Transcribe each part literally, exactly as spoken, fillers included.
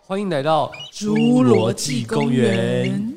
欢迎来到侏罗纪公园。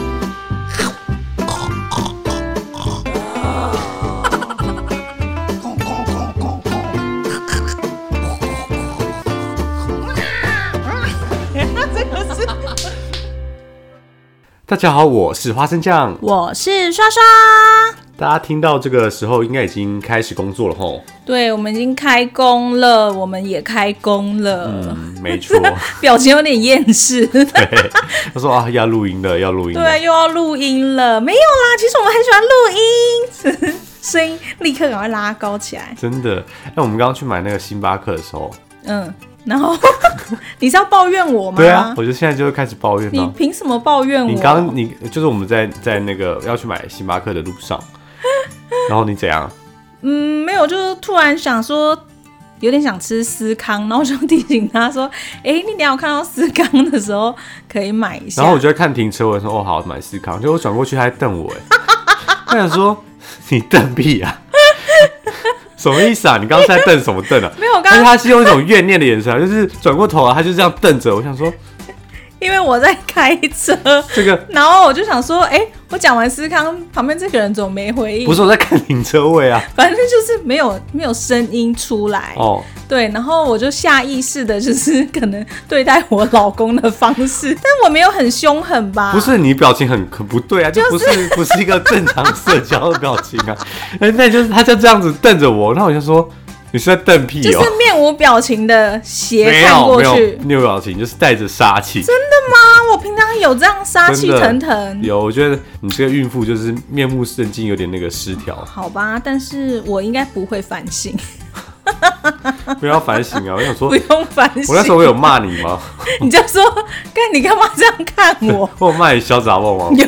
大家好，我是花生酱， 我是刷刷。 大家听到这个时候，应该已经开始工作了吼。 对，我们已经开工了，我们也开工了。 嗯，没错。 表情有点厌世。 对，他说啊，要录音了，要录音了。 对，又要录音了。没有啦，其实我们很喜欢录音，声音立刻赶快拉高起来。 真的，哎，我们刚刚去买那个星巴克的时候， 嗯。然后你是要抱怨我吗？ 对啊，我就现在就会开始抱怨。 你凭什么抱怨我？ 你刚刚你就是我们在在那个要去买星巴克的路上，然后你怎样？ 嗯，没有，就突然想说有点想吃司康，然后我就提醒他说：“哎、欸，你等一下有看到司康的时候可以买一下。” 然后我就在看停车位说：“哦，好，买司康。”结果我转过去，他还瞪我，哎，他想说你瞪屁啊！什么意思啊？你刚刚在瞪什么瞪啊？ 没有，刚刚而且他是用一种怨念的眼神，就是转过头啊，他就这样瞪着我。想说， 因为我在开车， 这个， 然后我就想说，哎、欸，我讲完司康，旁边这个人怎么没回应？ 不是我在看停车位啊， 反正就是没有没有声音出来哦。对，然后我就下意识的，就是可能对待我老公的方式，但我没有很凶狠吧？ 不是，你表情很很不对啊，就不是、就是、不是一个正常社交的表情啊。哎，那就是他就这样子瞪着我，然后我就说你是在瞪屁哦， 就是面无表情的斜看过去， 没有表情，就是带着杀气。 真的吗？我平常有这样杀气腾腾？ 有，我觉得你这个孕妇就是面目神经有点那个失调。 好吧，但是我应该不会反省。 不要反省啊！我想说， 不用反省。 我那时候我有骂你吗？ 你就说，干你干嘛这样看我？ 我有骂你小杂货吗？ 有。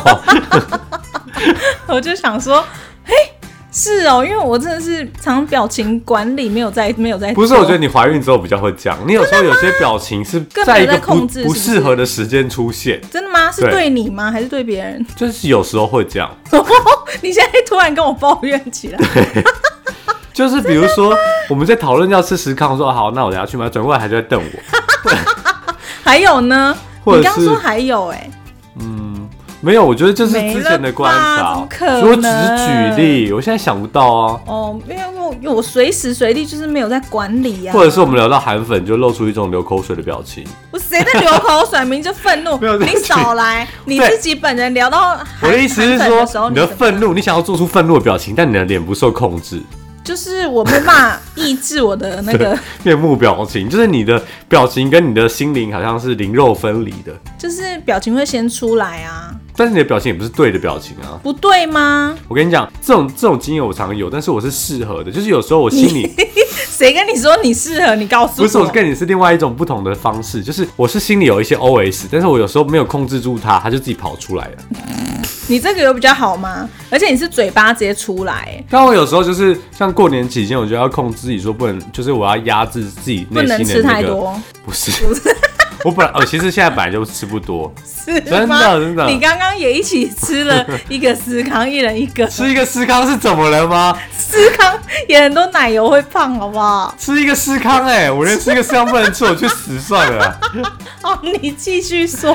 我就想说，嘿，是哦，因为我真的是常表情管理没有在没有在。 不是，我觉得你怀孕之后比较会这样。你有时候有些表情是在一个不不适合的时间出现。 真的吗？是对你吗？还是对别人？ 就是有时候会这样。 你现在突然跟我抱怨起来。 对。就是比如说我们在讨论要吃司康，我说好，那我等下去买，转过来还在瞪我。 还有呢？ 或者你刚刚说还有哎、欸， 嗯，没有，我觉得就是之前的观察，所以我只是举例，我现在想不到啊。哦， 因为我我随时随地就是没有在管理啊。 或者是我们聊到韩粉，就露出一种流口水的表情。 我谁在流口水？明明就愤怒。你少来，你自己本人聊到我的意思是说，你的愤怒，你想要做出愤怒的表情，但你的脸不受控制。 就是我没办法抑制我的那个面目表情，就是你的表情跟你的心灵好像是灵肉分离的， 就是表情会先出来啊， 但是你的表情也不是对的表情啊， 不对吗？ 我跟你讲，这种这种经验我常有，但是我是适合的，就是有时候我心里谁跟你说你适合？你告诉我， 不是，我跟你是另外一种不同的方式，就是我是心里有一些 O S， 但是我有时候没有控制住它，它就自己跑出来了。 你这个有比较好吗？而且你是嘴巴直接出来。 但我有时候就是像过年期间，我觉得要控制自己，说不能，就是我要压制自己内心的、那個、 不能吃太多。 不是，不是我本来，我其实现在本来就吃不多， 是真的真的。 你刚刚也一起吃了一个司康，一人一个。 吃一个司康是怎么了吗？ 司康也很多奶油会胖，好不好？ 吃一个司康，哎，我连吃一个司康不能吃，我去死算了。 哦，你继续说。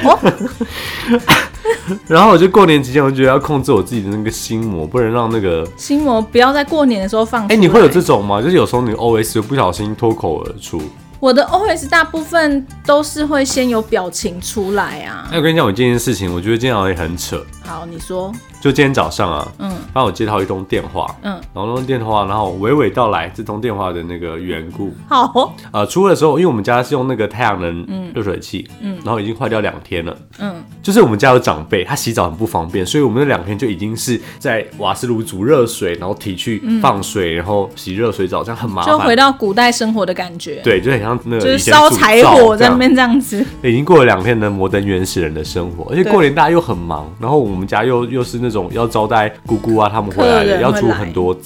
然后我就过年期间，我觉得要控制我自己的那个心魔，不能让那个心魔不要在过年的时候放出来。 哎、欸，你会有这种吗？就是有时候你 O S 不小心脱口而出。 我的 O S 大部分都是会先有表情出来啊。 哎、欸，我跟你讲，我这件事情，我觉得今天好像也很扯。 好，你说。 就今天早上啊，嗯，帮我接到一通电话， 嗯， 然后那通电话，然后娓娓道来这通电话的那个缘故。 好， 呃，出的时候，因为我们家是用那个太阳能热水器，嗯，然后已经坏掉两天了，嗯，就是我们家有长辈，他洗澡很不方便，所以我们那两天就已经是在瓦斯炉煮热水，然后提去放水，然后洗热水澡，这样很麻烦， 就回到古代生活的感觉， 对，就很像那个就是烧柴火在那边这样子， 已经过了两天的摩登原始人的生活，而且过年大家又很忙，然后我们家又又是那种要招待姑姑啊他们回来的，要煮很多菜。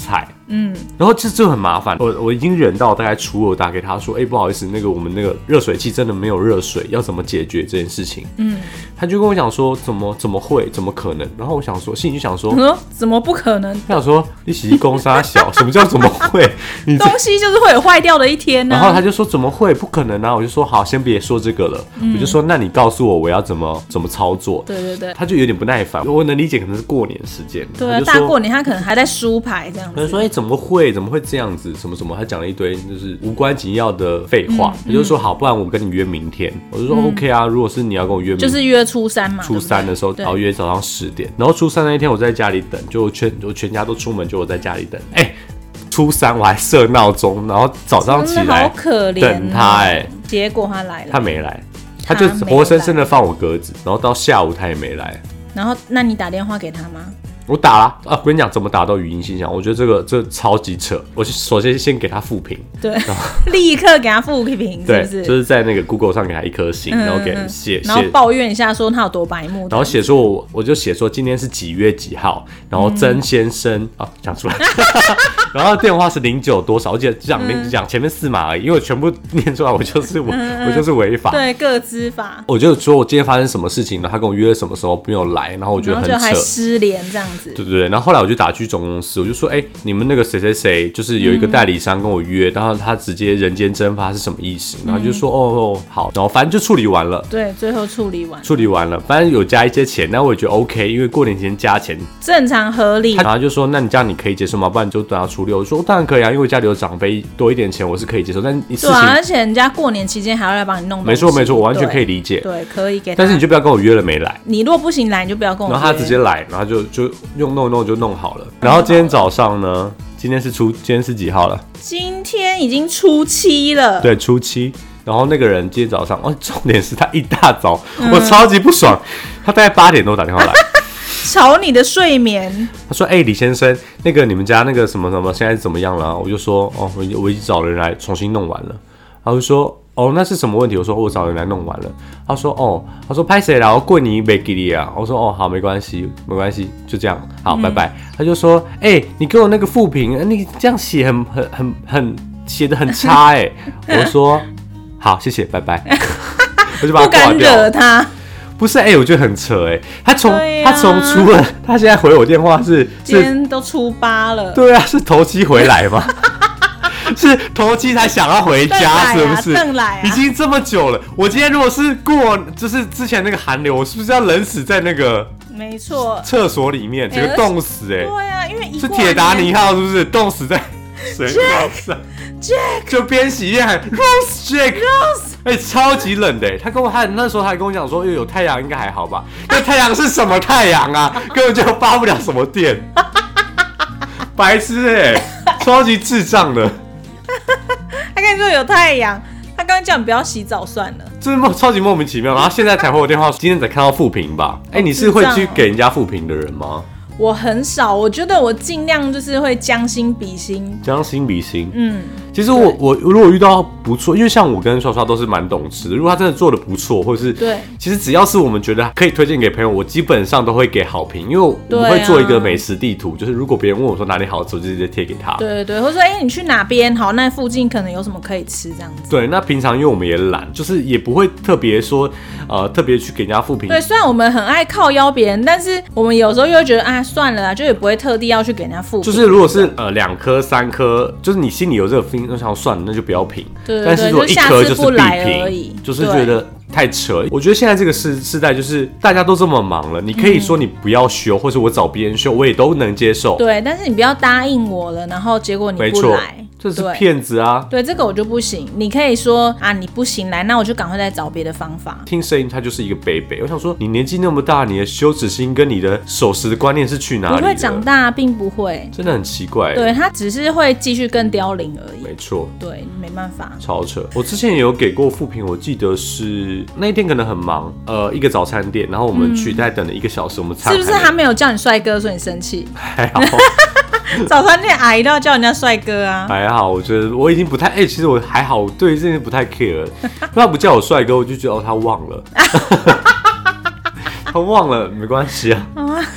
嗯，然后这就很麻烦，我我已经忍到大概初二打给他说，哎、欸，不好意思，那个我们那个热水器真的没有热水，要怎么解决这件事情？嗯，他就跟我讲说，怎么怎么会，怎么可能？然后我想说，心里就想说， 嗯，怎么不可能？ 他想说，你洗衣公杀小，什么叫怎么会？你东西就是会有坏掉的一天呢、啊。 然后他就说怎么会，不可能啊！我就说好，先别说这个了，嗯、我就说那你告诉我我要怎么怎么操作？ 对对对， 他就有点不耐烦，我能理解，可能是过年时间， 对啊，大过年他可能还在梳牌这样子。 他就说哎、欸，怎么会，怎么会这样子？什么什么？他讲了一堆就是无关紧要的废话。他、嗯、就说好，不然我跟你约明天。我就说、嗯、OK 啊，如果是你要跟我约明天， 就是约初三嘛。 初三的时候，然后约早上十点，然后初三那一天我在家里等，就全我全家都出门，就我在家里等。哎、欸，初三我还设闹钟，然后早上起来好可怜等他、欸，哎， 结果他来了， 他没来，他就活生生的放我鸽子，然后到下午他也没来。 然后，那你打电话给他吗？ 我打了啊！我跟你讲，怎么打到语音信箱？我觉得这个这超级扯。我首先先给他负评， 对，立刻给他负评，是不是？ 就是在那个 Google 上给他一颗星，嗯、然后给写， 然后抱怨一下说他有多白目， 然后写说我我就写说今天是几月几号，然后曾先生、嗯、啊讲出来，然后电话是零九多少，我记得讲讲前面四码而已，因为我全部念出来，我就是我、嗯、我就是违法， 对，个资法。 我就说我今天发生什么事情了，他跟我约了什么时候没有来，然后我觉得很扯， 然后就还失联这样子。 对对对，然后后来我就打去总公司，我就说，哎、欸，你们那个谁谁谁，就是有一个代理商跟我约，嗯、然后他直接人间蒸发是什么意思？然后就说，嗯、哦哦好，然后反正就处理完了。 对，最后处理完， 处理完了，反正有加一些钱，那我也觉得 OK， 因为过年前加钱正常合理。 然后就说，那你这样你可以接受吗？不然你就等到初六。我说当然可以啊，因为家里有长辈，多一点钱我是可以接受。但你事情， 对啊，而且人家过年期间还要来帮你弄东西， 没错没错，我完全可以理解。 对，可以给他。 但是你就不要跟我约了没来。 你如果不行来，你就不要跟我约。 然后他直接来，然后就就用弄一弄就弄好了。然后今天早上呢，今天是初，今天是几号了？ 今天已经初七了。 对，初七。然后那个人今天早上，哦，重点是他一大早，嗯、我超级不爽，他大概八点多打电话来。 吵你的睡眠。 他说：“哎、欸，李先生，那个你们家那个什么什么现在怎么样了、啊？”我就说：“哦，我我已经找人来重新弄完了。”他就说：“哦，那是什么问题？”我说：“我找人来弄完了。”他说：“哦，他说拍谁啦？我过你没给你啊。”我说：“哦，好，没关系，没关系，就这样，好，嗯、拜拜。”他就说：“哎、欸，你给我那个负评，你这样写很很很很写的很差哎、欸。”我说：“好，谢谢，拜拜。”我就把他挂掉。 不敢惹他。 不是哎、欸，我觉得很扯哎、欸。他从、啊、他从初二，他现在回我电话是， 今天都初八了。 对啊，是头七回来吗？是头七才想要回家，是不是？ 啊、 已经这么久了。我今天如果是过，就是之前那个寒流，我是不是要冷死在那个？ 没错。 厕所里面，整个冻死哎、欸。 对啊，因为一是铁达尼号，是不是冻死在水槽上？ Jack， 就边洗边喊 Rose Jack Rose， 哎、欸，超级冷的、欸。他跟我，他那时候他还跟我讲说，有太阳应该还好吧？那太阳是什么太阳啊？根本就发不了什么电，白痴哎、欸，超级智障的。 他跟你说有太阳，他刚刚叫你不要洗澡算了， 这是超级莫名其妙。然后现在才回我电话，今天才看到负评吧？哎、欸，你是会去给人家负评的人吗？ 我很少，我觉得我尽量就是会将心比心， 将心比心。嗯，其实我我如果遇到不错，因为像我跟刷刷都是蛮懂吃的，如果他真的做的不错，或者是对， 其实只要是我们觉得可以推荐给朋友，我基本上都会给好评，因为我们会做一个美食地图，啊、就是如果别人问我说哪里好吃，我就直接贴给他。 对对对，或者说哎、欸、你去哪边好，那附近可能有什么可以吃这样子。 对，那平常因为我们也懒，就是也不会特别说呃特别去给人家负评。 对，虽然我们很爱靠邀别人，但是我们有时候又会觉得啊算了啦，就也不会特地要去给人家负评。 就是如果是呃两颗三颗，就是你心里有这个 feeling， 就想算了，那就不要评。 对对对， 但是如果一颗就是必评而已， 就是觉得太扯。我觉得现在这个世世代就是大家都这么忙了，你可以说你不要修，嗯、或者我找别人修，我也都能接受。 对，但是你不要答应我了，然后结果你不来。 这是骗子啊！ 对，这个我就不行。你可以说啊，你不行来，那我就赶快再找别的方法。 听声音，他就是一个贝贝。我想说，你年纪那么大，你的羞耻心跟你的守时的观念是去哪里的？ 不会长大，并不会， 真的很奇怪。 对，他只是会继续更凋零而已。 没错， 对，没办法， 超扯。我之前也有给过负评，我记得是那一天可能很忙，呃，一个早餐店，然后我们去，大概等了一个小时，我们餐是不是他没有叫你帅哥，所以你生气？ 还好。 早餐店阿姨都要叫人家帅哥啊， 还好，我觉得我已经不太哎、欸，其实我还好，对这件事不太 care 了。他不叫我帅哥，我就觉得哦，他忘了，他忘了，没关系啊。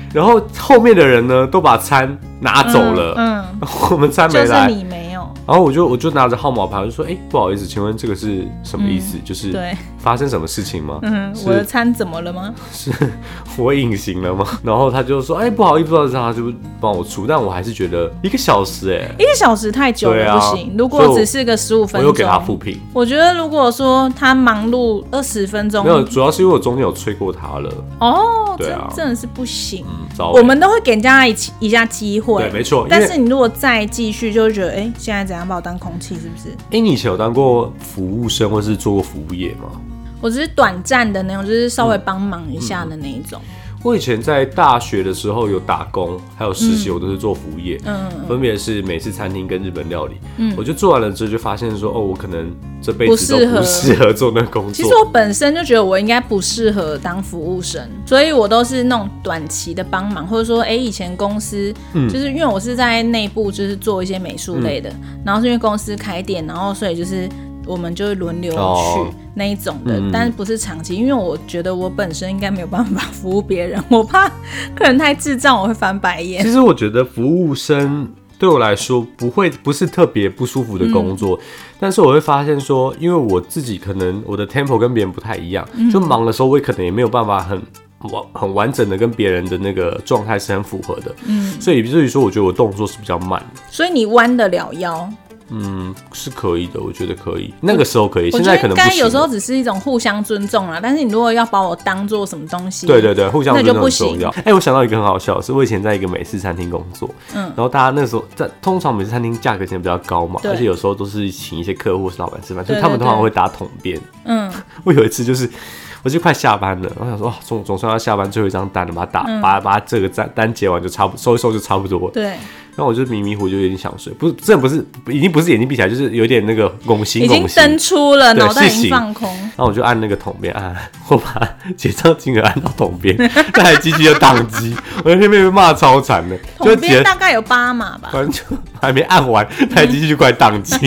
然后后面的人呢都把餐拿走了，嗯，嗯我们餐没来， 就是你没有。 然后我就我就拿着号码牌，我就说，哎、欸，不好意思，请问这个是什么意思？嗯、就是对发生什么事情吗？ 嗯，我的餐怎么了吗？ 是我隐形了吗？然后他就说，哎、欸，不好意思，不好意思，他就帮我出，但我还是觉得一个小时、欸，哎， 一个小时太久了，不行。如果只是个十五分钟， 我又给他负评。 我觉得如果说他忙碌二十分钟， 没有，主要是因为我中间有催过他了。 哦，对啊，真的是不行。嗯，我们都会给人家一一下机会， 对，没错。 但是你如果再继续，就会觉得，哎、欸，现在怎样把我当空气？是不是？ 哎、欸，你以前有当过服务生或是做过服务业吗？ 我只是短暂的那种，就是稍微帮忙一下的那一种。嗯嗯、 我以前在大学的时候有打工，还有实习，我都是做服务业，嗯，分别是美式餐厅跟日本料理。嗯，我就做完了之后就发现说，哦，我可能这辈子都不适合做那个工作。 其实我本身就觉得我应该不适合当服务生，所以我都是那种短期的帮忙，或者说，哎、欸，以前公司、嗯、就是因为我是在内部就是做一些美术类的，嗯、然后是因为公司开店，然后所以就是我们就会轮流去那一种的，哦、但是不是长期，因为我觉得我本身应该没有办法服务别人，我怕客人太智障，我会翻白眼。 其实我觉得服务生对我来说不会不是特别不舒服的工作，嗯、但是我会发现说，因为我自己可能我的 tempo 跟别人不太一样，嗯、就忙的时候我也可能也没有办法很很完整的跟别人的那个状态是很符合的，嗯，所以以至于说我觉得我动作是比较慢， 所以你弯得了腰。 嗯，是可以的，我觉得可以。那个时候可以，现在可能不行。 应该有时候只是一种互相尊重啦，但是你如果要把我当做什么东西， 对对对，互相尊重很重要。哎、欸，我想到一个很好笑的是，我以前在一个美式餐厅工作，嗯，然后大家那时候在通常美式餐厅价格现在比较高嘛，而且有时候都是请一些客户或是老板吃饭，所以他们通常会打统编。嗯，我有一次就是。我就快下班了，我想说，哦，总总算要下班最后一张单了，把它打，嗯、把把这个单结完就差不收一收就差不多了。 对。 然后我就迷迷糊，就有点想睡，不是，真的不是，已经不是眼睛闭起来，就是有点那个拱心， 已经登出了，脑袋已经放空。 然后我就按那个统编，按，我把结账金额按到统编，那台机器就宕机，我在那边被骂超惨的。 统编大概有八码吧， 反正就还没按完，那台机器就快宕机。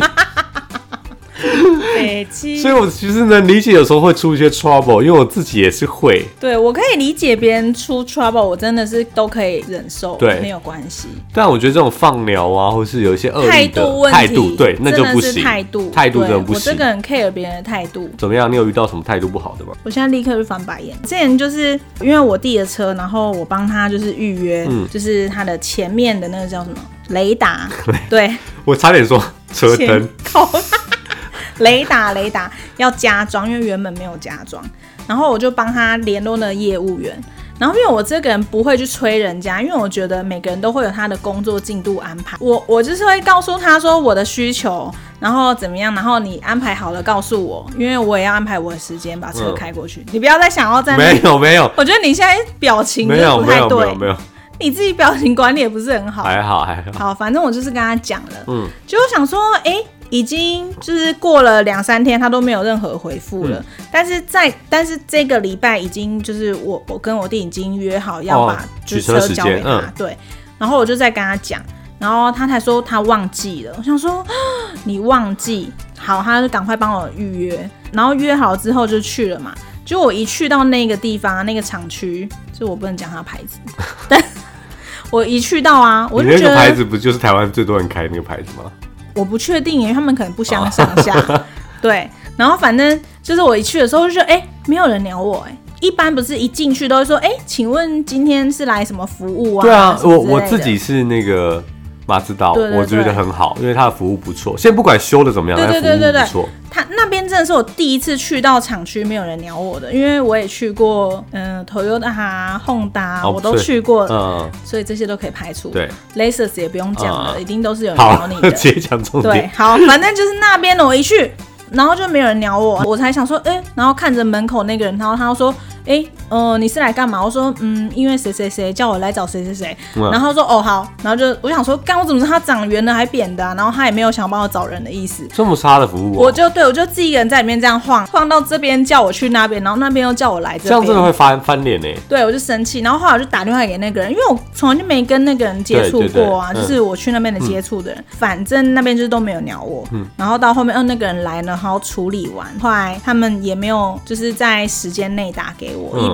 所以我其实能理解有时候会出一些 trouble， 因为我自己也是会。 对，我可以理解别人出 trouble， 我真的是都可以忍受，对，没有关系。 但我觉得这种放鸟啊，或是有一些恶意的态度，对，那就不行。 态度， 态度真的不行。 我这个人 care 别人的态度。 怎么样？你有遇到什么态度不好的吗？ 我现在立刻就翻白眼。之前就是因为我弟的车，然后我帮他就是预约，嗯、就是他的前面的那个叫什么雷达，对， 我差点说车灯。 雷达雷达要加装，因为原本没有加装，然后我就帮他联络那个业务员。然后因为我这个人不会去催人家，因为我觉得每个人都会有他的工作进度安排。我我就是会告诉他说我的需求，然后怎么样，然后你安排好了告诉我，因为我也要安排我的时间把车开过去。嗯、你不要再想要在那没有没有， 我觉得你现在表情就不太对，没有没有没有。 你自己表情管理也不是很好， 还好还好。 好，反正我就是跟他讲了，嗯，就想说，哎、欸。已经就是过了两三天，他都没有任何回复了。嗯、但是在但是这个礼拜已经就是我我跟我弟已经约好要把就是车交给他，哦嗯、对。然后我就再跟他讲，然后他才说他忘记了。我想说你忘记，好，他就赶快帮我预约。然后约好之后就去了嘛。结果我一去到那个地方，那个厂区，就我不能讲他牌子，但我一去到啊，我就觉得你那个牌子不就是台湾最多人开的那个牌子吗？ 我不确定，因为他们可能不相上下。Oh. 对，然后反正就是我一去的时候就觉得，哎、欸，没有人鸟我、欸，哎，一般不是一进去都会说，哎、欸，请问今天是来什么服务啊？ 对啊，我我自己是那个马自达，我觉得很好，因为他的服务不错。现在不管修的怎么样，对对对对对，服务不错。 他那边真的是我第一次去到厂区没有人鸟我的，因为我也去过，嗯 ，Toyota、Honda， 我都去过，嗯，所以这些都可以排除。对 ，Lexus 也不用讲了，嗯、一定都是有人鸟你的。 直接讲重点。 对，好，反正就是那边的，我一去，然后就没有人鸟我，我才想说，哎、欸，然后看着门口那个人，然后他就说。哎、欸，呃，你是来干嘛？我说，嗯，因为谁谁谁叫我来找谁谁谁，然后他说，哦，好，然后就我想说，干我怎么知道他长圆的还扁的、啊？然后他也没有想帮我找人的意思， 这么差的服务、啊， 我就对我就自己一个人在里面这样晃，晃到这边叫我去那边，然后那边又叫我来这边， 这样真的会翻翻脸哎。对， 我就生气，然后后来我就打电话给那个人，因为我从来就没跟那个人接触过啊，就是我去那边的接触的人，嗯、反正那边就是都没有鸟我，嗯、然后到后面，嗯、呃，那个人来了，然后处理完，后来他们也没有就是在时间内打给我，嗯、一般。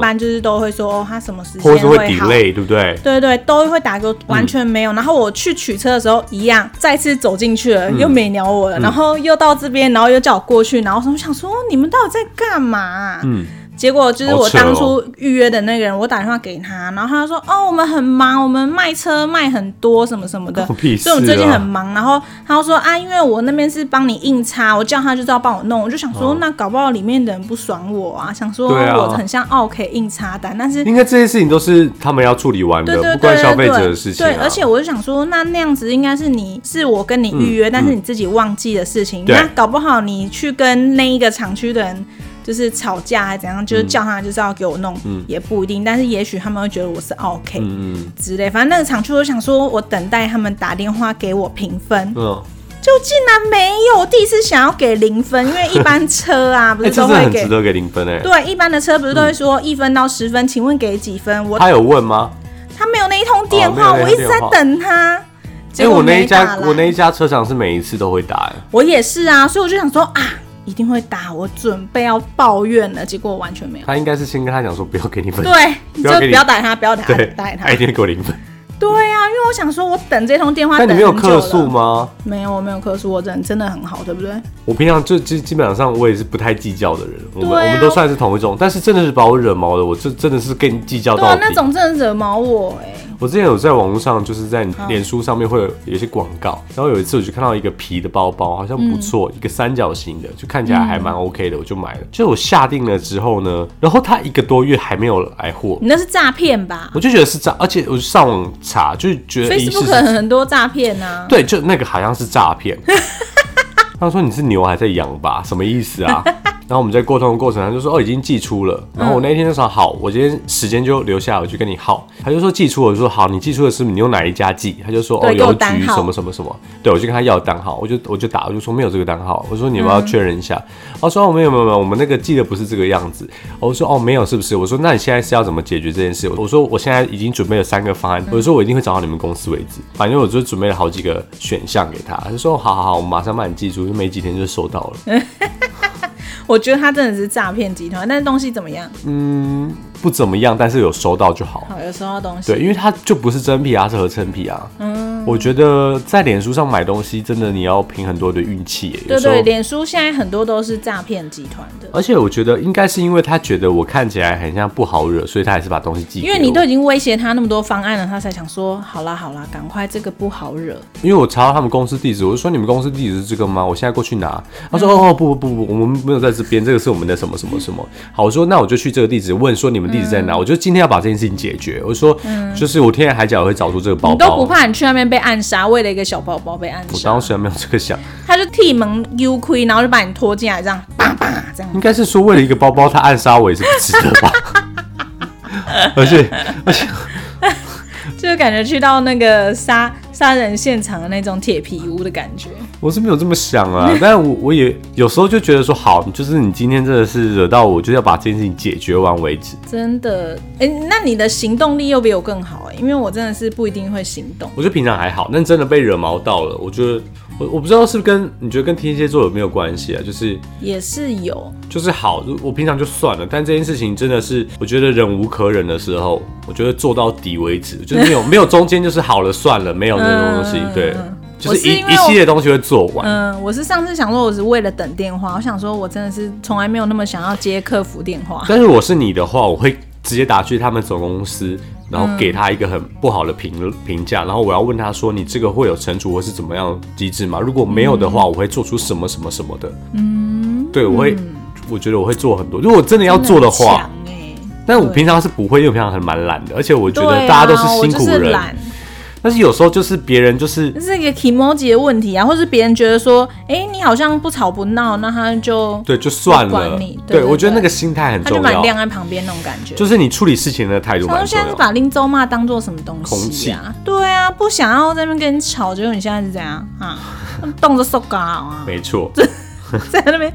般就是都会说、哦、他什么时间或者是会 delay， 对不对？ 对对，都会打给我，完全没有、嗯。然后我去取车的时候一样，再次走进去了，嗯、又没鸟我了、嗯，然后又到这边，然后又叫我过去，然后我想说你们到底在干嘛、啊？嗯。结果就是我当初预约的那个人，我打电话给他，然后他说：“哦，我们很忙，我们卖车卖很多什么什么的， 所以我们最近很忙。”然后他说：“啊，因为我那边是帮你印刷，我叫他就是要帮我弄。”我就想说，嗯、那搞不好里面的人不爽我啊，想说我很像奥 K 印刷单，但是应该这些事情都是他们要处理完的， 对对对对不关消费者的事情、啊。 对，而且我就想说，那那样子应该是你是我跟你预约、嗯，但是你自己忘记的事情，嗯、那搞不好你去跟那一个厂区的人。就是吵架还怎样，就是叫他就是要给我弄，嗯、也不一定。但是也许他们会觉得我是 OK、嗯、之类。反正那个厂区，我想说，我等待他们打电话给我评分，嗯，就竟然没有。我第一次想要给零分，因为一般车啊不是都会给，欸、这很值得给零分哎、欸。 对，一般的车不是都会说一分到十分、嗯，请问给几分？我他有问吗？ 他没有那一通电话，哦、我一直在等他。结果我那一家我那一家车厂是每一次都会打哎、欸。 我也是啊，所以我就想说啊。一定会打，我准备要抱怨了，结果我完全没有。 他应该是先跟他讲说不要给你分， 对，就不要打他，不要打他，打他， 他一定会给我零分。 对啊，因为我想说，我等这通电话等很久了。那你没有客诉吗？ 没有，我没有客诉，我人真的很好，对不对？ 我平常就基基本上我也是不太计较的人，我们、啊、我们都算是同一种，但是真的是把我惹毛了，我这真的是跟你计较到底。 对啊，那种真的惹毛我哎、欸。 我之前有在网络上，就是在脸书上面会有有一些广告，然后有一次我就看到一个皮的包包，好像不错、嗯，一个三角形的，就看起来还蛮 OK 的、嗯，我就买了。就我下定了之后呢，然后他一个多月还没有来货， 你那是诈骗吧？ 我就觉得是诈，而且我就上网查，就觉得 Facebook 很多诈骗啊。 对，就那个好像是诈骗。他说你是牛还在养吧？什么意思啊？然后我们在沟通的过程，他就说哦已经寄出了。然后我那一天就说好，我今天时间就留下来，我就跟你耗。他就说寄出了，我就说好，你寄出的是你用哪一家寄？他就说哦邮局什么什么什么。对，我就跟他要单号，我就我就打，我就说没有这个单号。我说你们要确认一下。他说哦没有没有没有，我们那个寄的不是这个样子。我说哦没有是不是？我说那你现在是要怎么解决这件事？我说我现在已经准备了三个方案，我说我一定会找到你们公司为止。反正我就准备了好几个选项给他。他就说好好好，我马上帮你寄出，就没几天就收到了。 我觉得他真的是诈骗集团，但是东西怎么样？ 嗯，不怎么样，但是有收到就好。 好，有收到东西。 对，因为它就不是真皮，它是合成皮啊。嗯，我觉得在脸书上买东西，真的你要凭很多的运气耶。 对对，脸书现在很多都是诈骗集团的。 而且我觉得应该是因为他觉得我看起来很像不好惹，所以他还是把东西寄给我。 因为你都已经威胁他那么多方案了，他才想说好啦好啦，赶快这个不好惹。 因为我查到他们公司地址，我就说你们公司地址是这个吗？我现在过去拿。他说、嗯、哦不不不不，我们没有在这边，这个是我们的什么什么什么。好，我说那我就去这个地址问说你们地址在哪？嗯、我就今天要把这件事情解决。我说、嗯、就是我天涯海角会找出这个包包。 你都不怕你去那边被暗杀，为了一个小包包被暗杀？ 我当时还没有这个想。 他就替门幽亏，然后就把你拖进来，这样叭叭这样。 应该是说为了一个包包他暗杀我也是不值得吧？而且而且。 就是感觉去到那个杀杀人现场的那种铁皮屋的感觉。 我是没有这么想啊，但我我也有时候就觉得说，好，就是你今天真的是惹到我，就是要把这件事情解决完为止。 真的，哎、欸，那你的行动力又比我更好哎、欸，因为我真的是不一定会行动。 我觉得平常还好，但真的被惹毛到了，我觉得我我不知道是不是跟你觉得跟天蝎座有没有关系啊？就是也是有， 就是好，我平常就算了，但这件事情真的是我觉得忍无可忍的时候，我觉得做到底为止，就是没有没有中间就是好了算了，没有那种东西，嗯、对。就是一一系列东西会做完。 嗯，我是上次想说，我是为了等电话，我想说我真的是从来没有那么想要接客服电话。 但是我是你的话，我会直接打去他们总公司，然后给他一个很不好的评评价，然后我要问他说，你这个会有惩處或是怎么样机制吗？如果没有的话，我会做出什么什么什么的。嗯，对，我会，嗯、我觉得我会做很多。如果真的要做的话，的但我平常是不会，因为我平常很蛮懒的，而且我觉得大家都是辛苦人。但是有时候就是别人就是这是一个 emoji 的问题啊，或是别人觉得说，哎、欸，你好像不吵不闹，那他就对就算了。 管你 对, 对, 对, 对，我觉得那个心态很重要， 他就把你晾在旁边那种感觉， 就是你处理事情的态度蛮重要。 现在是把林州骂当做什么东西啊？对啊，不想要在那边跟你吵，结果你现在是怎样啊？动着手搞啊？ 没错。 在那边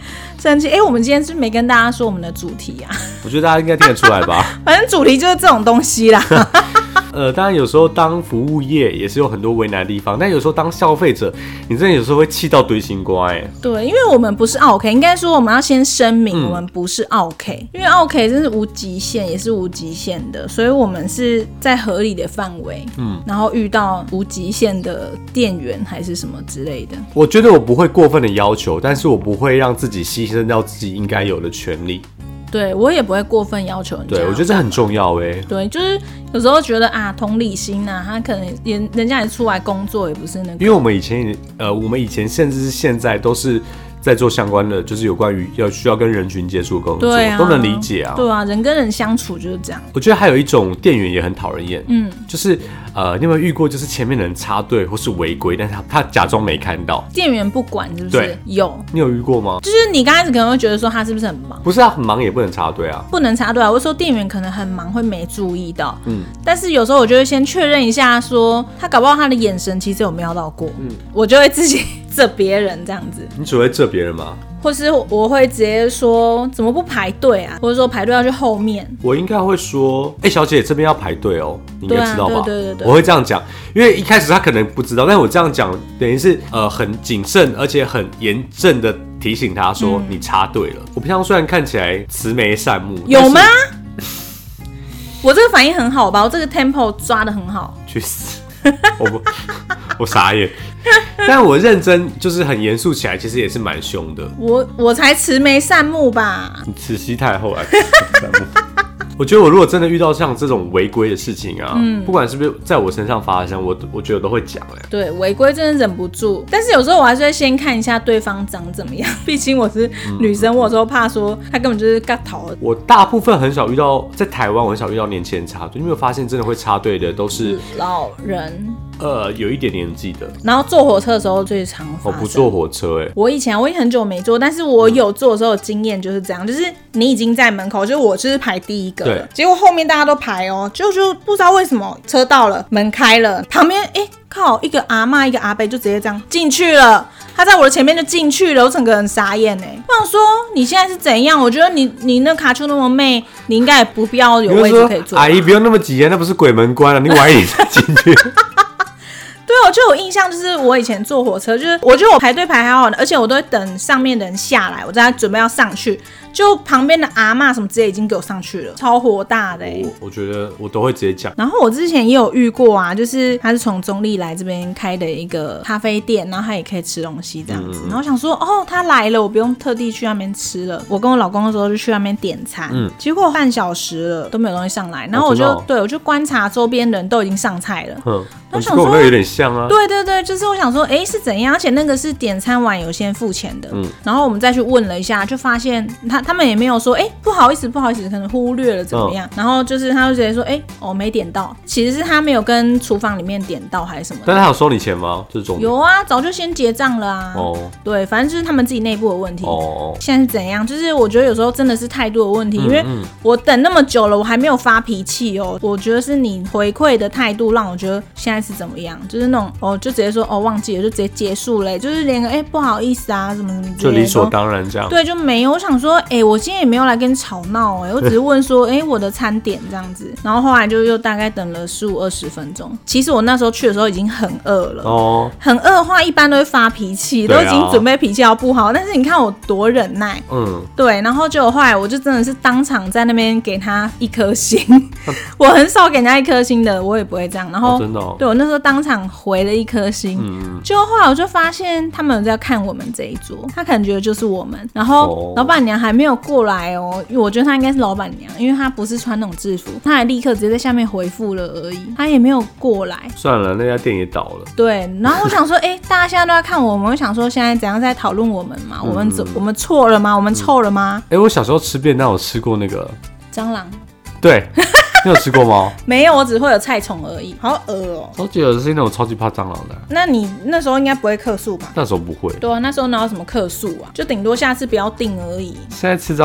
生气。哎、欸，我们今天是不是没跟大家说我们的主题啊？ 我觉得大家应该听得出来吧。 反正主题就是这种东西啦。 呃，当然有时候当服务业也是有很多为难的地方，但有时候当消费者，你真的有时候会气到堆心瓜哎。 对，因为我们不是奥 K， 应该说我们要先声明，我们不是奥 K，、嗯、因为奥 K 真是无极限，也是无极限的，所以我们是在合理的范围，嗯，然后遇到无极限的店员还是什么之类的。 我觉得我不会过分的要求，但是我不会让自己牺牲掉自己应该有的权利。 对，我也不会过分要求人家。 对，我觉得这很重要哎。 对，就是有时候觉得啊，同理心啊，他可能也人家也出来工作，也不是那个。 因为我们以前呃，我们以前甚至是现在都是在做相关的，就是有关于要需要跟人群接触的工作， 对啊， 都能理解啊。 对啊，人跟人相处就是这样。 我觉得还有一种店员也很讨人厌，嗯，就是呃，你有没有遇过，就是前面的人插队或是违规，但是他他假装没看到， 店员不管是不是？对，有。 你有遇过吗？ 就是你刚开始可能会觉得说他是不是很忙？ 不是啊，很忙也不能插队啊， 不能插队啊。我说店员可能很忙，会没注意到，嗯，但是有时候我就会先确认一下说，说他搞不好他的眼神其实有瞄到过，嗯，我就会自己责别人这样子。 你只会责别人吗？ 或是我会直接说怎么不排队啊，或者说排队要去后面。 我应该会说，哎、欸，小姐这边要排队哦，你应该知道吧？ 对、啊、对对对， 我会这样讲，因为一开始他可能不知道，但是我这样讲等于是呃很谨慎而且很严正的提醒他说、嗯、你插队了。我平常虽然看起来慈眉善目， 有吗？我这个反应很好吧？我这个 tempo 抓得很好。 去死！我不，我傻眼。但我认真就是很严肃起来，其实也是蛮凶的。 我我才慈眉善目吧？ 你慈禧太后啊！慈眉善目。我觉得我如果真的遇到像这种违规的事情啊，嗯，不管是不是在我身上发生，我我觉得都会讲哎。 对，违规真的忍不住，但是有时候我还是会先看一下对方长怎么样，毕竟我是女生，我有时候怕说他根本就是尬头。 我大部分很少遇到，在台湾我很少遇到年轻人插队，你有没有发现真的会插队的都是老人？ 呃，有一点年纪的， 然后坐火车的时候最常发生。 我不坐火车哎、欸， 我以前我也很久没坐，但是我有坐的时候的经验就是这样，就是你已经在门口，就是我就是排第一个了，结果后面大家都排哦，就就不知道为什么车到了，门开了，旁边哎、欸、靠，一个阿嬷一个阿伯就直接这样进去了，他在我的前面就进去了，我整个人傻眼哎、欸，我想说你现在是怎样？我觉得你你那卡丘那么媚，你应该也不必要有位置可以坐。 阿姨不用那么急啊，那不是鬼门关了、啊，你晚一点再进去。 对，我就有印象，就是我以前坐火车，就是我觉得我排队排还好的，而且我都会等上面的人下来，我在准备要上去，就旁边的阿嬷什么之类已经给我上去了，超火大的、欸、 我, 我觉得我都会直接讲。 然后我之前也有遇过啊，就是他是从中立来这边开的一个咖啡店，然后他也可以吃东西这样子，嗯、然后想说哦他来了，我不用特地去那边吃了。我跟我老公的时候就去那边点餐，嗯、结果半小时了都没有东西上来，然后我就、哦哦、对我就观察周边人都已经上菜了，嗯，我想说跟我那个有点像啊。 对对对，就是我想说，哎是怎样？而且那个是点餐完有先付钱的，嗯，然后我们再去问了一下，就发现他他们也没有说，哎不好意思不好意思，可能忽略了怎么样，嗯、然后就是他就直接说，哎我没点到，其实是他没有跟厨房里面点到还是什么的。 但是他有收你钱吗？这种有啊，早就先结账了啊。哦，对，反正就是他们自己内部的问题。哦，现在是怎样？就是我觉得有时候真的是态度的问题，嗯、因为我等那么久了，我还没有发脾气哦。我觉得是你回馈的态度让我觉得现在是怎么样，就是那种哦就直接说哦忘记了就直接结束了，就是连个哎、欸、不好意思啊什么什么之类的， 就理所当然这样。 对，就没有。我想说哎、欸、我今天也没有来跟你吵闹哎，我只是问说哎、欸、我的餐点这样子，然后后来就又大概等了十五二十分钟。其实我那时候去的时候已经很饿了哦，很饿的话一般都会发脾气，都已经准备脾气要不好，但是你看我多忍耐，嗯，对，然后就后来我就真的是当场在那边给他一颗星，我很少给人家一颗星的，我也不会这样。然后、哦真的哦、对我那时候当场回了一颗星，嗯，就后来我就发现他们有在看我们这一桌，他可能觉得就是我们，然后老板娘还没有过来哦，因为我觉得她应该是老板娘，因为她不是穿那种制服，她还立刻直接在下面回复了而已，她也没有过来。 算了，那家店也倒了。 对，然后我想说，哎、欸，大家现在都在看我们，我想说现在怎样在讨论我们嘛？嗯、我们我们错了吗？我们臭了吗？ 哎、嗯欸，我小时候吃便当有吃过那个蟑螂。 对。你有吃过吗？ 没有，我只会有菜虫而已，好恶哦、喔。 超级恶心，那种超级怕蟑螂的。 那你那时候应该不会客诉吧？ 那时候不会。 对啊，那时候哪有什么客诉啊？就顶多下次不要订而已。 现在吃蟑螂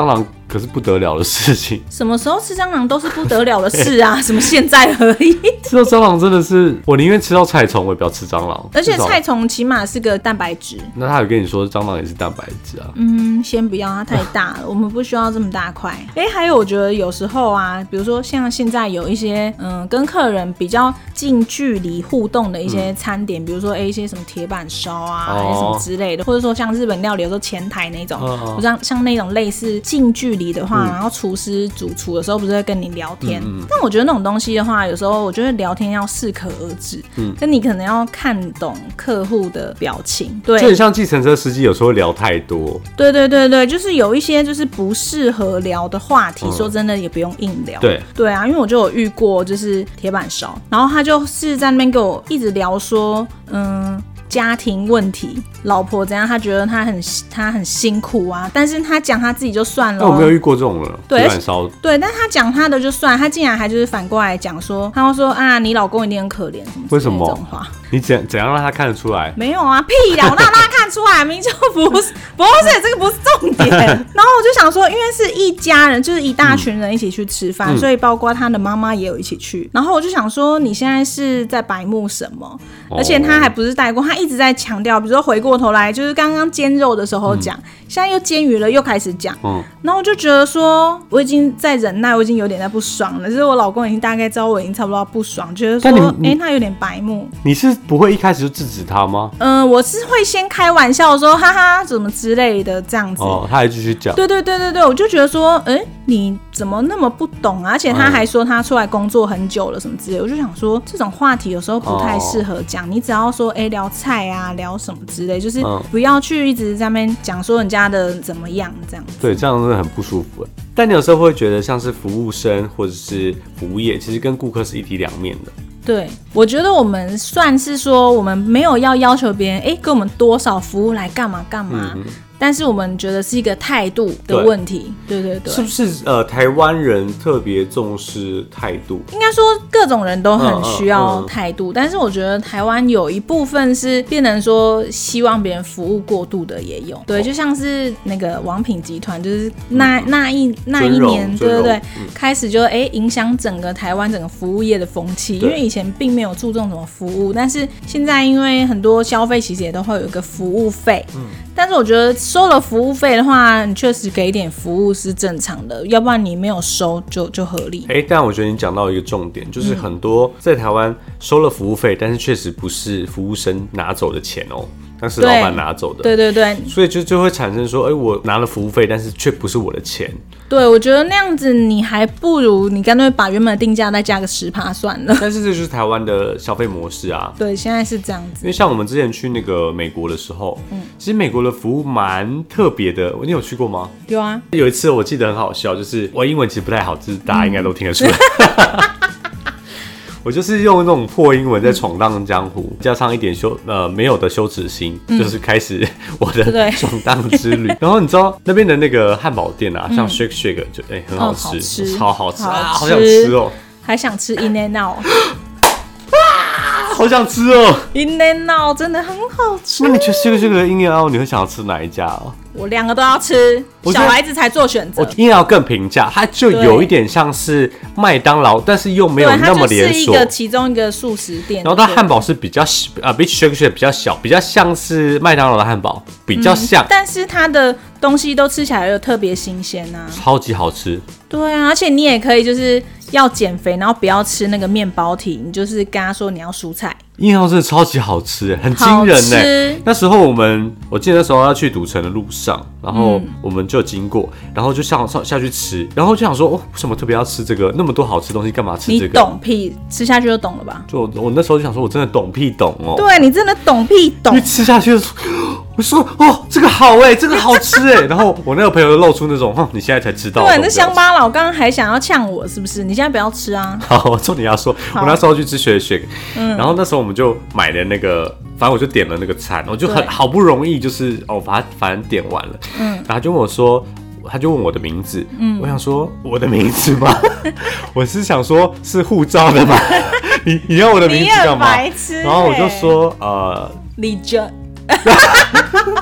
可是不得了的事情。 什么时候吃蟑螂都是不得了的事啊？什么现在而已？ 吃到蟑螂真的是，我宁愿吃到菜虫，我也不要吃蟑螂。 而且菜虫起码是个蛋白质。 那他有跟你说蟑螂也是蛋白质啊？ 嗯，先不要，它太大了，我们不需要这么大块。哎、欸，还有我觉得有时候啊，比如说像现在有一些嗯跟客人比较近距离互动的一些餐点，嗯、比如说哎、欸、一些什么铁板烧啊，还、哦、是什么之类的，或者说像日本料理有时候前台那种，哦、像像那种类似近距离的话，嗯、然后厨师主厨的时候不是会跟你聊天，嗯嗯、但我觉得那种东西的话，有时候我觉得聊天要适可而止，嗯，跟你可能要看懂客户的表情，对， 就很像计程车司机有时候聊太多， 对对对对，就是有一些就是不适合聊的话题，嗯、说真的也不用硬聊， 对对啊，因为我就有遇过就是铁板烧，然后他就是在那边给我一直聊说，嗯。家庭问题，老婆怎样？他觉得他很他很辛苦啊，但是他讲他自己就算了。 那我没有遇过这种人， 对， 铁板烧。对， 但他讲他的就算，他竟然还就是反过来讲说，他会说啊，你老公一定很可怜，什么之类的这种话。 你怎怎样让他看得出来？ 没有啊，屁啦！我让他看出来，明明就不是，不是这个不是重点。然后我就想说，因为是一家人，就是一大群人一起去吃饭，嗯、所以包括他的妈妈也有一起去。然后我就想说，你现在是在白目什么？哦、而且他还不是带过，他一直在强调，比如说回过头来，就是刚刚煎肉的时候讲，嗯、现在又煎鱼了，又开始讲。嗯、然后我就觉得说，我已经在忍耐，我已经有点在不爽了。就是我老公已经大概知道我已经差不多不爽，觉得说，哎、欸，他有点白目。 你是不会一开始就制止他吗？ 嗯、呃，我是会先开玩笑说哈哈怎么之类的这样子。 哦，他还继续讲。 对对对对对，我就觉得说，哎、欸，你怎么那么不懂啊？而且他还说他出来工作很久了什么之类的，我就想说这种话题有时候不太适合讲。哦、你只要说哎、欸、聊菜啊，聊什么之类，就是不要去一直在那边讲说人家的怎么样这样子。 对，这样真的很不舒服。但你有时候会觉得像是服务生或者是服务业，其实跟顾客是一体两面的。 对，我觉得我们算是说，我们没有要要求别人，哎，给我们多少服务来干嘛干嘛，嗯、但是我们觉得是一个态度的问题。对对 对, 对， 是不是呃，台湾人特别重视态度？ 应该说各种人都很需要态度，嗯嗯嗯、但是我觉得台湾有一部分是变成说希望别人服务过度的也有。对，就像是那个王品集团，就是那、嗯、那一那一年，对对对，嗯、开始就哎影响整个台湾整个服务业的风气，因为以前并没有注重什么服务，但是现在因为很多消费其实也都会有一个服务费，嗯、但是我觉得收了服务费的话，你确实给一点服务是正常的，要不然你没有收就就合理。 哎、欸，但我觉得你讲到一个重点，就是很多在台湾收了服务费，但是确实不是服务生拿走的钱哦。但是老板拿走的， 对对对， 所以就就会产生说，哎、欸，我拿了服务费，但是却不是我的钱。 对，我觉得那样子你还不如你干脆把原本的定价再加个十趴算了。 但是这就是台湾的消费模式啊。 对，现在是这样子。 因为像我们之前去那个美国的时候，嗯，其实美国的服务蛮特别的。你有去过吗？ 有啊。 有一次我记得很好笑，就是我英文其实不太好，就是大家应该都听得出来。嗯我就是用那种破英文在闯荡江湖，加上一点羞呃没有的羞耻心，嗯、就是开始我的闯荡之旅。然后你知道那边的那个汉堡店啊，嗯、像 Shake Shake 就哎、欸、很好吃，哦、好吃超好吃，好吃啊，好想吃哦， 还想吃 In and Out。 好想吃哦 ！In and Out 真的很好吃。 那你觉得这个这个 In and Out 你会想要吃哪一家哦？ 我两个都要吃，小孩子才做选择。 In and Out 更平价，它就有一点像是麦当劳，但是又没有那么连锁。它就是一个其中一个素食店。 然后它汉堡是比较啊，比 Shake Shake 比较小，比较像是麦当劳的汉堡，比较像。嗯、 但是它的东西都吃起来又特别新鲜啊， 超级好吃。 对啊，而且你也可以就是要减肥，然后不要吃那个面包体，你就是跟他说你要蔬菜。 In and Out真的超级好吃，很惊人呢。那时候我们，我记得那时候要去赌城的路上，然后我们就经过，然后就下下下去吃，然后就想说，哦，为什么特别要吃这个？那么多好吃的东西，干嘛吃这个？ 你懂屁，吃下去就懂了吧？ 就 我, 我那时候就想说，我真的懂屁懂哦。 对你真的懂屁懂， 因为吃下去的时候，我说哦，这个好哎，这个好吃哎。然后我那个朋友露出那种，哼，你现在才知道。 对，那乡巴佬刚刚还想要呛我，是不是？你现在不要吃啊。 好，我重点要说，我那时候去吃雪雪，嗯，然后那时候我们就买了那个，反正我就点了那个餐，我就很好不容易就是哦，把它反正点完了，嗯，然后他就问我说。他就问我的名字，嗯，我想说我的名字吗？我是想说是护照的吗？你你要我的名字干嘛？ 白痴欸、 然后我就说呃， 李哲。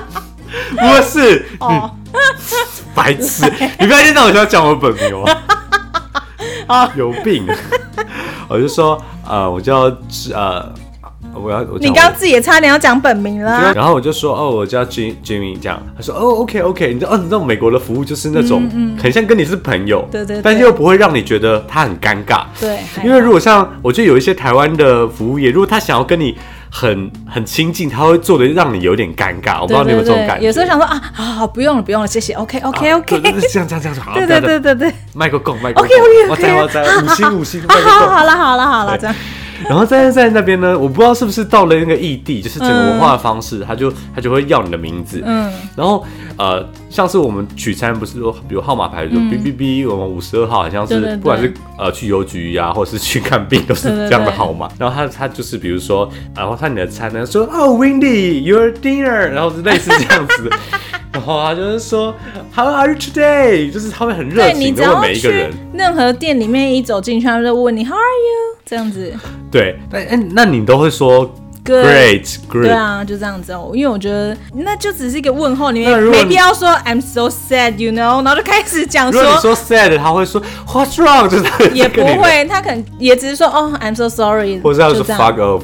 不是哦，白痴，你不要一天到晚就要讲我本名哦，有病。我就说呃，我叫呃。我要我你刚刚自己也差点要讲本名了， 然后我就说哦，我叫 Jimmy 这样，他说哦 OK OK， 你知道哦，你知道美国的服务就是那种、嗯嗯、很像跟你是朋友， 对 对, 对， 但是又不会让你觉得他很尴尬， 对， 因为如果像我觉得有一些台湾的服务业，如果他想要跟你很很亲近，他会做的让你有点尴尬，我不知道你有没有这种感觉。 有时候想说啊，好好不用了不用了，谢谢 ，OK OK OK，、啊、 对对对，这样这样这样就好， 对对对对对， 麦克共麦克共 ，OK OK OK， 我在我在五星五星， 好好好了好了好了这样。 然后在在那边呢，我不知道是不是到了那个异地，就是整个文化的方式，嗯、他就他就会要你的名字，嗯，然后呃，像是我们取餐不是说，比如号码牌就 B B B，、嗯、我们五十二号好像是，对对对，不管是呃去邮局呀、啊，或者是去看病，都是这样的号码。对对对，然后他他就是比如说，然后他你的餐呢说哦 Wendy，your dinner， 然后是类似这样子。然后他就是说 How are you today？ 就是他会很热情的问每一个人。 任何店里面一走进去，他们就问你 How are you？ 这样子。对， 那那你都会说 Great Great。 对啊，就这样子哦。因为我觉得那就只是一个问候，你没必要说 I'm so sad，you know， 然后就开始讲说。 如果你说 sad， 他会说 What's wrong？ 就是他也不会，他可能也只是说哦 I'm so sorry， 或者他说 Fuck off。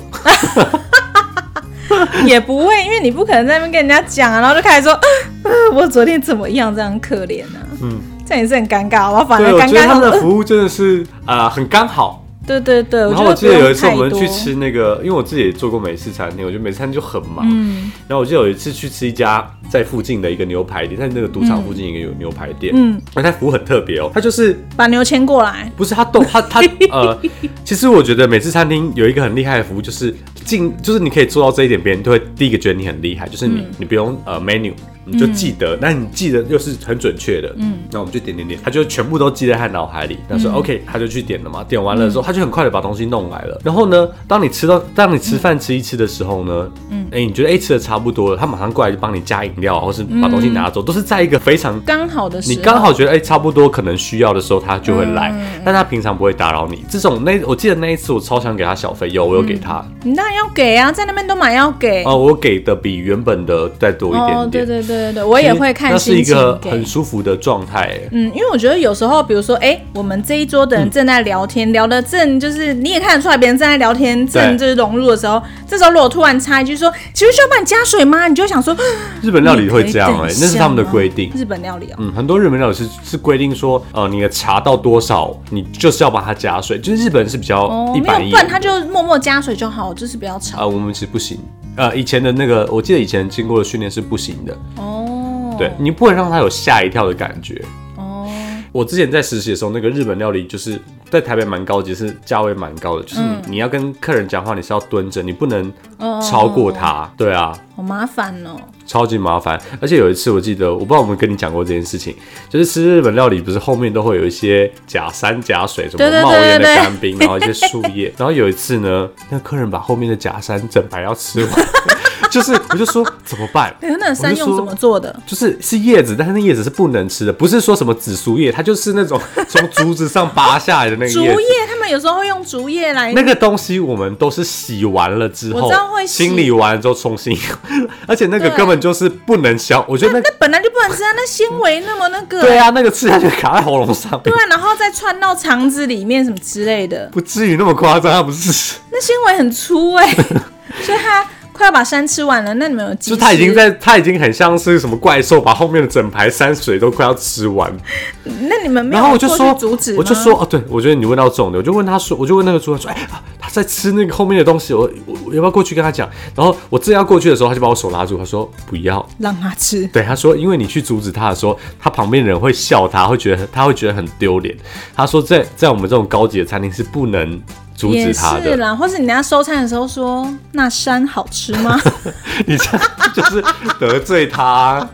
也不会，因为你不可能在那边跟人家讲啊，然后就开始说，呃、我昨天怎么样，这样很可怜啊，嗯，这样也是很尴尬，我反而尴尬。 我觉得他们的服务真的是呃很刚好。 对对对， 然后我记得有一次我们去吃那个，因为我自己也做过美式餐厅，我觉得美式餐厅就很忙。嗯，然后我记得有一次去吃一家在附近的一个牛排店，在那个赌场附近一个有牛排店，嗯，而且服务很特别哦，他就是把牛牵过来， 不是他动他他呃，其实我觉得美式餐厅有一个很厉害的服务，就是进就是你可以做到这一点，别人都会第一个觉得你很厉害，就是你、嗯、你不用呃 menu。你就记得，那、嗯、你记得又是很准确的，嗯，那我们就点点点，他就全部都记在他脑海里。他说、嗯、OK， 他就去点了嘛，点完了之后，他就很快的把东西弄来了。然后呢，当你吃到，当你吃饭吃一吃的时候呢，嗯，哎、欸，你觉得哎、欸、吃的差不多了，他马上过来就帮你加饮料，或是把东西拿走，嗯、都是在一个非常刚好的时候， 你刚好觉得哎、欸、差不多可能需要的时候，他就会来，嗯、但他平常不会打扰你。这种那我记得那一次我超想给他小费，有我有给他、 嗯，你当然要给啊，在那边都买要给。 哦、呃，我给的比原本的再多一点点。哦， 对对对对，我也会。 那是一个很舒服的状态， 嗯，因为我觉得有时候，比如说，哎、欸，我们这一桌的人正在聊天，嗯、聊得正，就是你也看得出来，别人正在聊天，正就是融入的时候，这时候如果突然插一句说，请问需要帮你加水吗？你就会想说， 日本料理会这样哎、欸，那是他们的规定。 日本料理哦， 嗯，很多日本料理是是规定说，呃，你的茶到多少，你就是要帮他加水，就是日本是比较一板一眼， 没有，不然他就默默加水就好，就是不要吵。 啊、呃，我们其实不行，呃，以前的那个，我记得以前经过的训练是不行的。哦。对，你不能让他有吓一跳的感觉。哦，我之前在实习的时候，那个日本料理就是在台北蛮高级，是价位蛮高的，就是你、嗯、你要跟客人讲话，你是要蹲着，你不能超过他。哦、对啊， 好麻烦哦， 超级麻烦。而且有一次我记得，我不知道我们跟你讲过这件事情，就是吃日本料理不是后面都会有一些假山假水，什么冒烟的干冰，然后一些树叶。然后有一次呢，那个客人把后面的假山整排要吃完。就是我就说怎么办？ 哎、欸，那山用怎么做的？ 就是是叶子，但是那叶子是不能吃的，不是说什么紫苏叶，它就是那种从竹子上拔下来的那个叶子。 竹叶，他们有时候会用竹叶来。 那个东西我们都是洗完了之后， 我知道会洗， 清理完之后重新，而且那个根本就是不能消。我觉得那, 那, 那本来就不能吃啊，那纤维那么那个。 对啊，那个吃下去卡在喉咙上面。 对啊，然后再窜到肠子里面什么之类的。 不至于那么夸张，它不是。 那纤维很粗哎、欸，所以它。快要把山吃完了，那你们有？ 就它已经在，它已经很像是什么怪兽，把后面的整排山水都快要吃完。 那你们没有？ 然后我就说， 阻止吗？ 我就说哦，对，我觉得你问到重点，我就问他说，我就问那个主管说，哎、欸，他在吃那个后面的东西，我我我要不要过去跟他讲？然后我正要过去的时候，他就把我手拉住，他说不要， 让他吃。 对，他说因为你去阻止他的时候，他旁边的人会笑他，会觉得他会觉得很丢脸。他说在在我们这种高级的餐厅是不能阻止他的。 也是啦，或是你等下收餐的时候说那山好吃吗？ 你这样就是得罪他。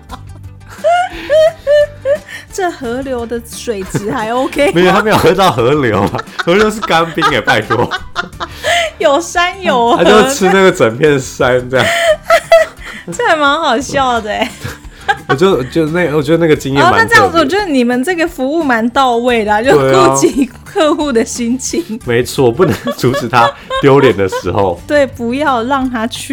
这河流的水质还 OK？ 没有，他没有喝到河流啊，河流是干冰哎，拜托。 有山有河， 他就吃那个整片山这样。 这还蛮好笑的哎。 我就就那，我觉得那个经验蛮。哦， 那这样子，我觉得你们这个服务蛮到位的、啊，就顾及客户的心情。 没错，不能阻止他丢脸的时候。 对，不要让他去。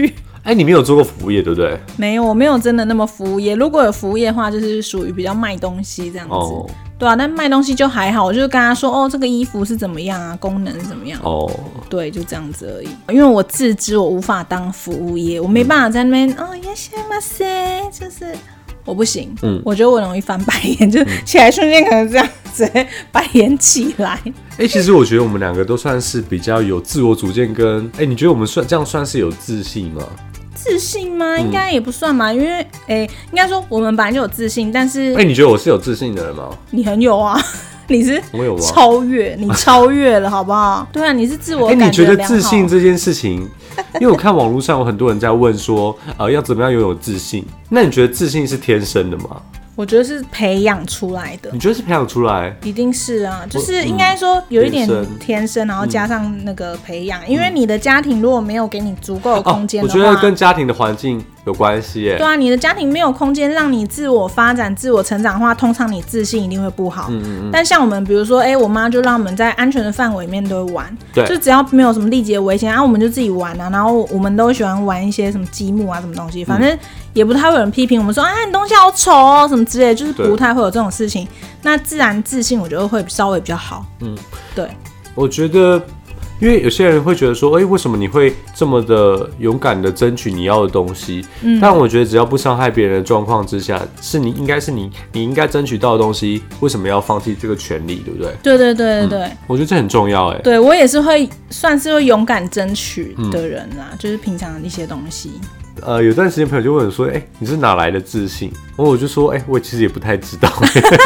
哎，你没有做过服务业对不对？ 没有，我没有真的那么服务业。如果有服务业的话，就是属于比较卖东西这样子。哦，对啊，但卖东西就还好，我就跟他说，哦，这个衣服是怎么样啊，功能是怎么样。哦，对，就这样子而已。因为我自知我无法当服务业，我没办法在那边、嗯、哦，いらっしゃいませ，就是我不行。嗯，我觉得我容易翻白眼，就起来瞬间可能这样子白眼起来。 哎、欸，其实我觉得我们两个都算是比较有自我主见跟，哎、欸，你觉得我们算这样算是有自信吗？ 自信吗？应该也不算嘛，因为哎、欸，应该说我们本来就有自信，但是哎、欸，你觉得我是有自信的人吗？ 你很有啊，你是我有吗？ 超越，你超越了，好不好？对啊，你是自我感觉良好。哎、欸， 你觉得自信这件事情？因为我看网络上有很多人在问说，呃，要怎么样拥有自信？那你觉得自信是天生的吗？ 我觉得是培养出来的。 你觉得是培养出来？ 一定是啊，就是应该说有一点天生，然后加上那个培养、嗯。因为你的家庭如果没有给你足够的空间的话、 哦，我觉得跟家庭的环境有关系耶。 对啊，你的家庭没有空间让你自我发展、自我成长的话，通常你自信一定会不好。嗯嗯嗯。但像我们，比如说，哎、欸，我妈就让我们在安全的范围里面都会玩，对，就只要没有什么立即的危险啊，我们就自己玩啊。然后我们都喜欢玩一些什么积木啊，什么东西，反正也不太会有人批评我们说，啊，你东西好丑哦，什么之类的，就是不太会有这种事情。那自然自信，我觉得会稍微比较好。嗯，对。 我觉得。因为有些人会觉得说，哎、欸，为什么你会这么的勇敢的争取你要的东西？嗯，但我觉得只要不伤害别人的状况之下，是你应该是你你应该争取到的东西，为什么要放弃这个权利，对不对？ 对对对对对、嗯， 我觉得这很重要哎。 对我也是会算是会勇敢争取的人啦、嗯，就是平常的一些东西。 呃，有段时间朋友就问我说，哎、欸，你是哪来的自信？然后我就说，哎、欸，我其实也不太知道。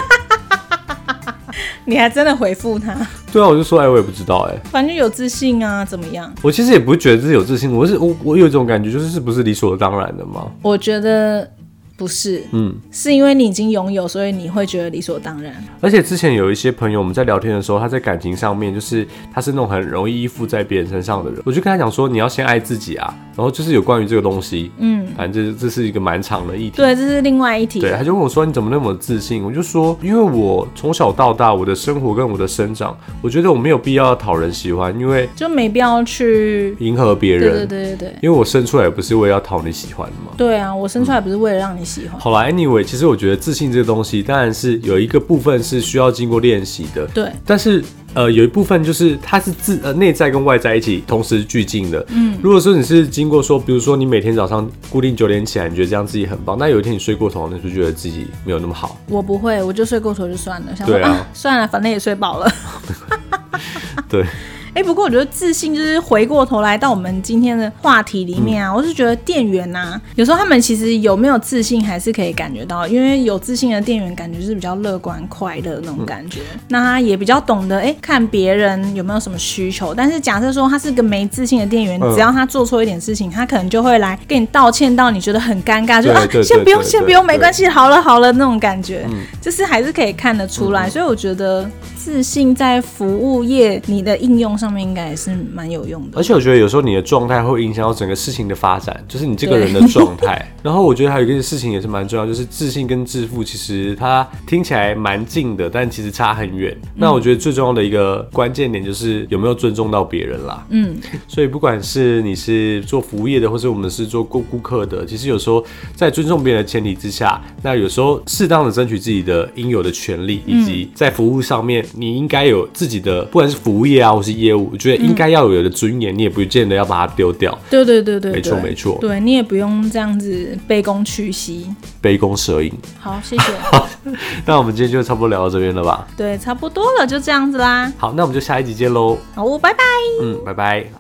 你还真的回复他？ 对啊，我就说，哎、欸，我也不知道、欸，哎， 反正有自信啊，怎么样？ 我其实也不觉得自己有自信，我是我我有一种感觉，就是是不是理所当然的吗？ 我觉得不是，嗯，是因为你已经拥有，所以你会觉得理所当然。 而且之前有一些朋友，我们在聊天的时候，他在感情上面，就是他是那种很容易依附在别人身上的人，我就跟他讲说，你要先爱自己啊。然后就是有关于这个东西，嗯，反正这是一个蛮长的议题。 对，这是另外一题。 对，他就问我说：“你怎么那么自信？”我就说：“因为我从小到大，我的生活跟我的生长，我觉得我没有必要讨人喜欢，因为就没必要去迎合别人。 对对对对对， 因为我生出来也不是为了要讨你喜欢的嘛。 对啊，我生出来不是为了让你喜欢。嗯、 好啦 ，anyway， 其实我觉得自信这个东西，当然是有一个部分是需要经过练习的。 对， 但是。呃，有一部分就是它是自呃内在跟外在一起同时俱进的。嗯，如果说你是经过说，比如说你每天早上固定九点起来，你觉得这样自己很棒，那有一天你睡过头，你就觉得自己没有那么好。 我不会，我就睡过头就算了，想说 啊, 啊，算了，反正也睡饱了。 对。 哎、欸，不过我觉得自信就是回过头来到我们今天的话题里面啊，嗯、我是觉得店员啊，有时候他们其实有没有自信还是可以感觉到，因为有自信的店员感觉就是比较乐观快乐的那种感觉，嗯、那他也比较懂得哎、欸、看别人有没有什么需求。但是假设说他是个没自信的店员，嗯、只要他做错一点事情，他可能就会来跟你道歉到你觉得很尴尬，就啊先不用先不用没关系，好了好了那种感觉，嗯、就是还是可以看得出来。嗯、所以我觉得自信在服务业你的应用上面应该也是蛮有用的， 而且我觉得有时候你的状态会影响到整个事情的发展，就是你这个人的状态。然后我觉得还有一件事情也是蛮重要，就是自信跟致富其实它听起来蛮近的，但其实差很远。嗯、那我觉得最重要的一个关键点就是有没有尊重到别人啦。嗯，所以不管是你是做服务业的，或是我们是做顾顾客的，其实有时候在尊重别人的前提之下，那有时候适当的争取自己的应有的权利，以及在服务上面你应该有自己的，不管是服务业啊或是业务，我觉得应该要有的尊严，你也不见得要把它丢掉。 对对对对， 没错没错。 对，你也不用这样子卑躬屈膝、 杯弓蛇影。 好，谢谢。 那我们今天就差不多聊到这边了吧？ 对，差不多了，就这样子啦。 好，那我们就下一集见喽。 好，拜拜。 嗯，拜拜。